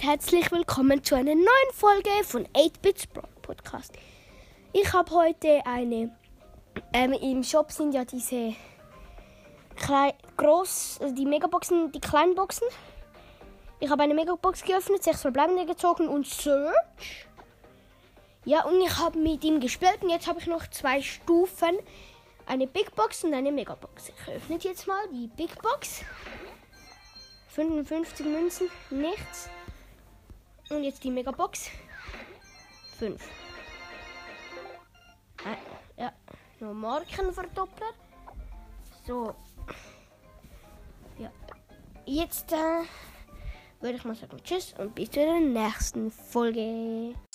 herzlich willkommen zu einer neuen Folge von 8-Bits Podcast. Ich habe heute im Shop sind ja diese die Megaboxen, die kleinen Boxen. Ich habe eine Megabox geöffnet, 6 verbleibende gezogen und Search. Ja, und ich habe mit ihm gespielt und jetzt habe ich noch 2 Stufen. Eine Big Box und eine Megabox. Ich öffne jetzt mal die Big Box. 55 Münzen, nichts. Und jetzt die Megabox. 5. Ja, noch Markenverdoppler. So. Ja. Jetzt würde ich mal sagen, tschüss und bis zur nächsten Folge.